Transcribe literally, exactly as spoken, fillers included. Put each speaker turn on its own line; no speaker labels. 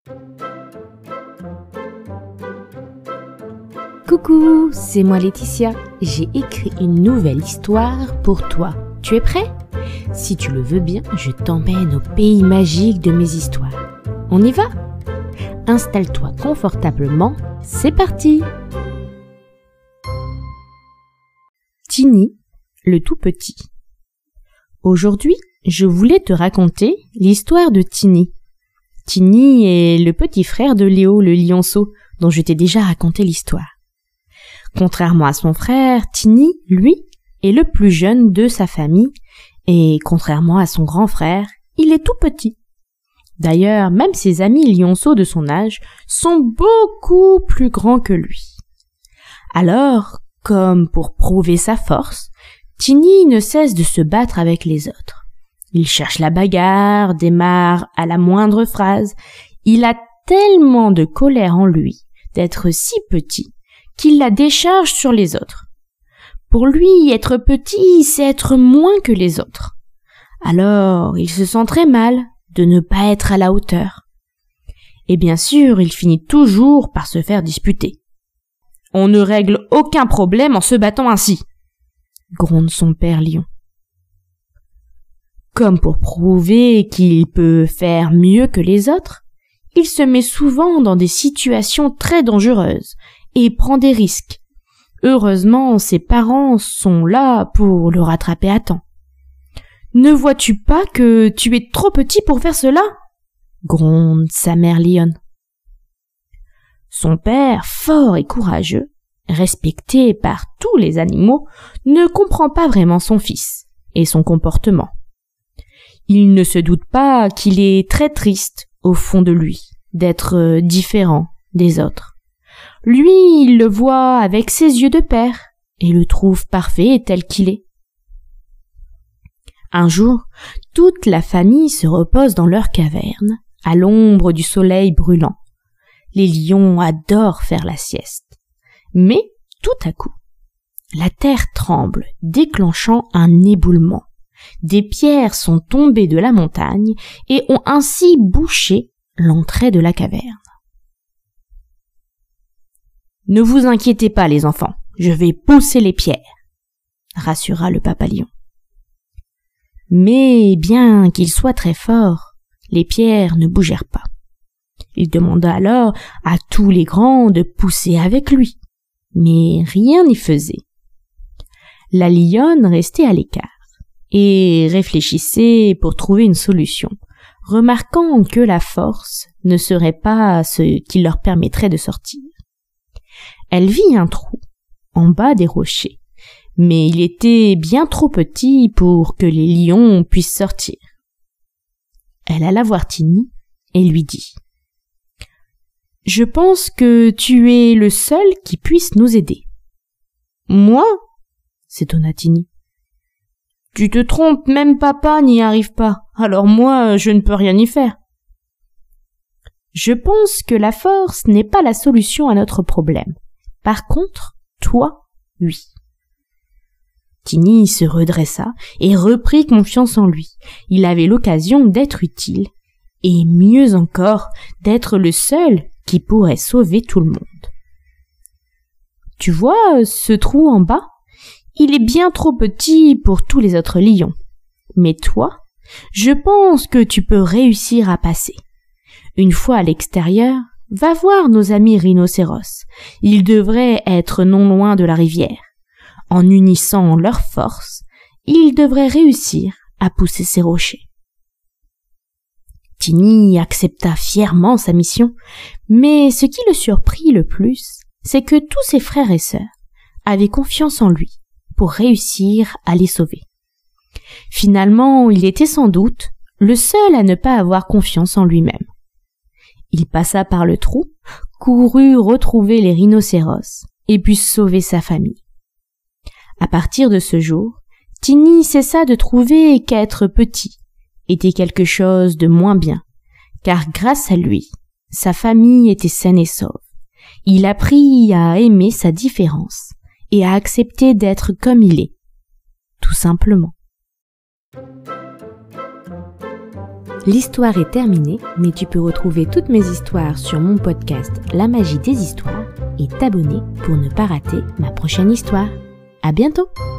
Coucou, c'est moi Laetitia. J'ai écrit une nouvelle histoire pour toi. Tu es prêt? Si tu le veux bien, je t'emmène au pays magique de mes histoires. On y va? Installe-toi confortablement, c'est parti! Tiny, le tout petit. Aujourd'hui, je voulais te raconter l'histoire de Tiny. Tiny est le petit frère de Léo le lionceau, dont je t'ai déjà raconté l'histoire. Contrairement à son frère, Tiny, lui, est le plus jeune de sa famille, et contrairement à son grand frère, il est tout petit. D'ailleurs, même ses amis lionceaux de son âge sont beaucoup plus grands que lui. Alors, comme pour prouver sa force, Tiny ne cesse de se battre avec les autres. Il cherche la bagarre, démarre à la moindre phrase. Il a tellement de colère en lui d'être si petit qu'il la décharge sur les autres. Pour lui, être petit, c'est être moins que les autres. Alors, il se sent très mal de ne pas être à la hauteur. Et bien sûr, il finit toujours par se faire disputer. « On ne règle aucun problème en se battant ainsi !» gronde son père lion. Comme pour prouver qu'il peut faire mieux que les autres, il se met souvent dans des situations très dangereuses et prend des risques. Heureusement, ses parents sont là pour le rattraper à temps. « Ne vois-tu pas que tu es trop petit pour faire cela ?» gronde sa mère lionne. Son père, fort et courageux, respecté par tous les animaux, ne comprend pas vraiment son fils et son comportement. Il ne se doute pas qu'il est très triste au fond de lui d'être différent des autres. Lui, il le voit avec ses yeux de père et le trouve parfait tel qu'il est. Un jour, toute la famille se repose dans leur caverne, à l'ombre du soleil brûlant. Les lions adorent faire la sieste. Mais, tout à coup, la terre tremble, déclenchant un éboulement. Des pierres sont tombées de la montagne et ont ainsi bouché l'entrée de la caverne. « Ne vous inquiétez pas, les enfants, je vais pousser les pierres, » rassura le papa lion. Mais, bien qu'il soit très fort, les pierres ne bougèrent pas. Il demanda alors à tous les grands de pousser avec lui, mais rien n'y faisait. La lionne restait à l'écart et réfléchissait pour trouver une solution, remarquant que la force ne serait pas ce qui leur permettrait de sortir. Elle vit un trou en bas des rochers, mais il était bien trop petit pour que les lions puissent sortir. Elle alla voir Tiny et lui dit « Je pense que tu es le seul qui puisse nous aider. »« Moi ?» s'étonna Tiny. « Tu te trompes, même papa n'y arrive pas, alors moi je ne peux rien y faire. »« Je pense que la force n'est pas la solution à notre problème. Par contre, toi, oui. » Tiny se redressa et reprit confiance en lui. Il avait l'occasion d'être utile, et mieux encore, d'être le seul qui pourrait sauver tout le monde. « Tu vois ce trou en bas? Il est bien trop petit pour tous les autres lions. Mais toi, je pense que tu peux réussir à passer. Une fois à l'extérieur, va voir nos amis rhinocéros. Ils devraient être non loin de la rivière. En unissant leurs forces, ils devraient réussir à pousser ces rochers. » Tiny accepta fièrement sa mission, mais ce qui le surprit le plus, c'est que tous ses frères et sœurs avaient confiance en lui pour réussir à les sauver. Finalement, il était sans doute le seul à ne pas avoir confiance en lui-même. Il passa par le trou, courut retrouver les rhinocéros et put sauver sa famille. À partir de ce jour, Tiny cessa de trouver qu'être petit était quelque chose de moins bien, car grâce à lui, sa famille était saine et sauve. Il apprit à aimer sa différence et à accepter d'être comme il est, tout simplement. L'histoire est terminée, mais tu peux retrouver toutes mes histoires sur mon podcast La magie des histoires et t'abonner pour ne pas rater ma prochaine histoire. À bientôt!